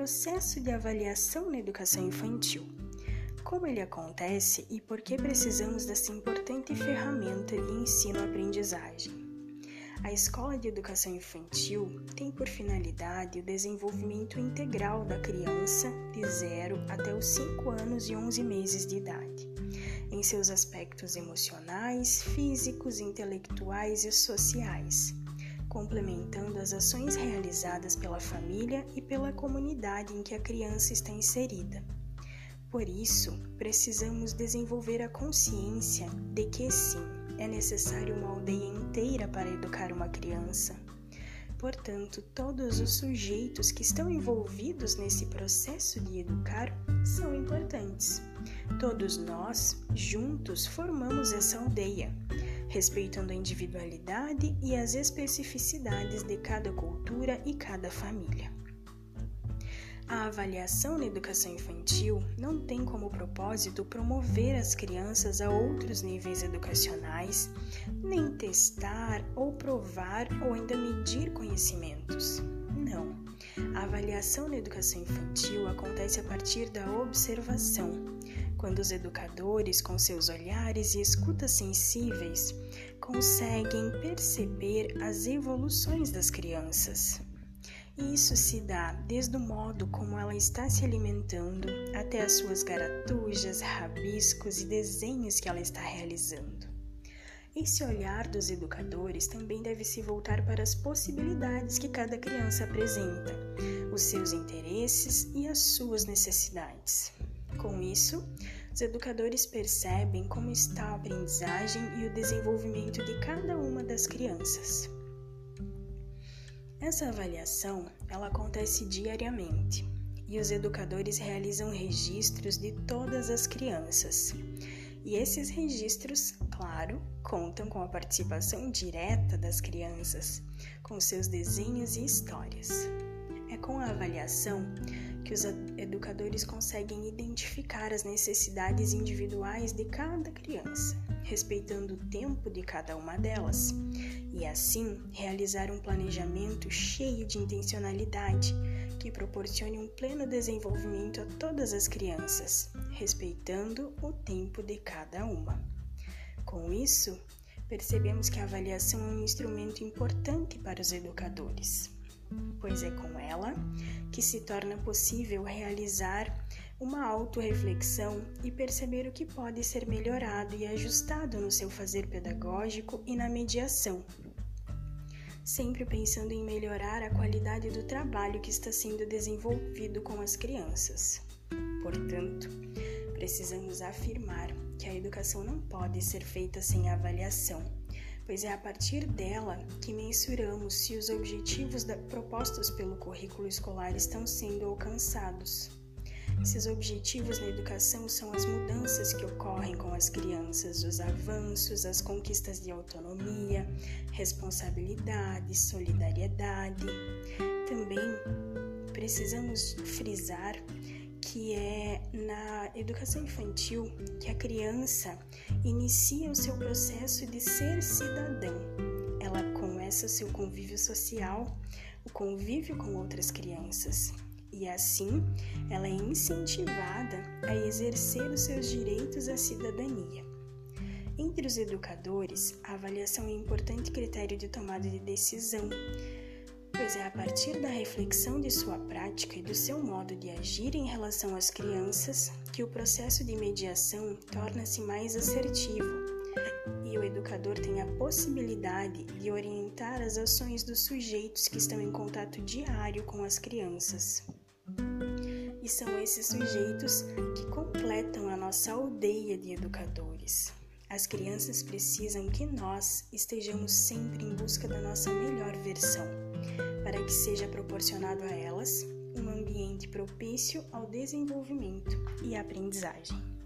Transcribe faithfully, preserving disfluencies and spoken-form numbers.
processo de avaliação na educação infantil, como ele acontece e por que precisamos dessa importante ferramenta de ensino-aprendizagem. A Escola de Educação Infantil tem por finalidade o desenvolvimento integral da criança de zero até os cinco anos e onze meses de idade, em seus aspectos emocionais, físicos, intelectuais e sociais, complementando as ações realizadas pela família e pela comunidade em que a criança está inserida. Por isso, precisamos desenvolver a consciência de que sim, é necessário uma aldeia inteira para educar uma criança. Portanto, todos os sujeitos que estão envolvidos nesse processo de educar são importantes. Todos nós, juntos, formamos essa aldeia, respeitando a individualidade e as especificidades de cada cultura e cada família. A avaliação na educação infantil não tem como propósito promover as crianças a outros níveis educacionais, nem testar ou provar ou ainda medir conhecimentos. Não. A avaliação na educação infantil acontece a partir da observação, quando os educadores, com seus olhares e escutas sensíveis, conseguem perceber as evoluções das crianças. E isso se dá desde o modo como ela está se alimentando até as suas garatujas, rabiscos e desenhos que ela está realizando. Esse olhar dos educadores também deve se voltar para as possibilidades que cada criança apresenta, os seus interesses e as suas necessidades. Com isso, os educadores percebem como está a aprendizagem e o desenvolvimento de cada uma das crianças. Essa avaliação, ela acontece diariamente e os educadores realizam registros de todas as crianças. E esses registros, claro, contam com a participação direta das crianças, com seus desenhos e histórias. É com a avaliação que os educadores conseguem identificar as necessidades individuais de cada criança, respeitando o tempo de cada uma delas, e assim realizar um planejamento cheio de intencionalidade que proporcione um pleno desenvolvimento a todas as crianças, respeitando o tempo de cada uma. Com isso, percebemos que a avaliação é um instrumento importante para os educadores, pois é com ela que se torna possível realizar uma autorreflexão e perceber o que pode ser melhorado e ajustado no seu fazer pedagógico e na mediação, sempre pensando em melhorar a qualidade do trabalho que está sendo desenvolvido com as crianças. Portanto, precisamos afirmar que a educação não pode ser feita sem avaliação, pois é a partir dela que mensuramos se os objetivos da, propostos pelo currículo escolar estão sendo alcançados. Esses objetivos na educação são as mudanças que ocorrem com as crianças, os avanços, as conquistas de autonomia, responsabilidade, solidariedade. Também precisamos frisar que é na educação infantil que a criança inicia o seu processo de ser cidadão. Ela começa o seu convívio social, o convívio com outras crianças. E assim, ela é incentivada a exercer os seus direitos à cidadania. Entre os educadores, a avaliação é um importante critério de tomada de decisão, pois é a partir da reflexão de sua prática e do seu modo de agir em relação às crianças que o processo de mediação torna-se mais assertivo e o educador tem a possibilidade de orientar as ações dos sujeitos que estão em contato diário com as crianças. E são esses sujeitos que completam a nossa aldeia de educadores. As crianças precisam que nós estejamos sempre em busca da nossa melhor versão, para que seja proporcionado a elas um ambiente propício ao desenvolvimento e aprendizagem.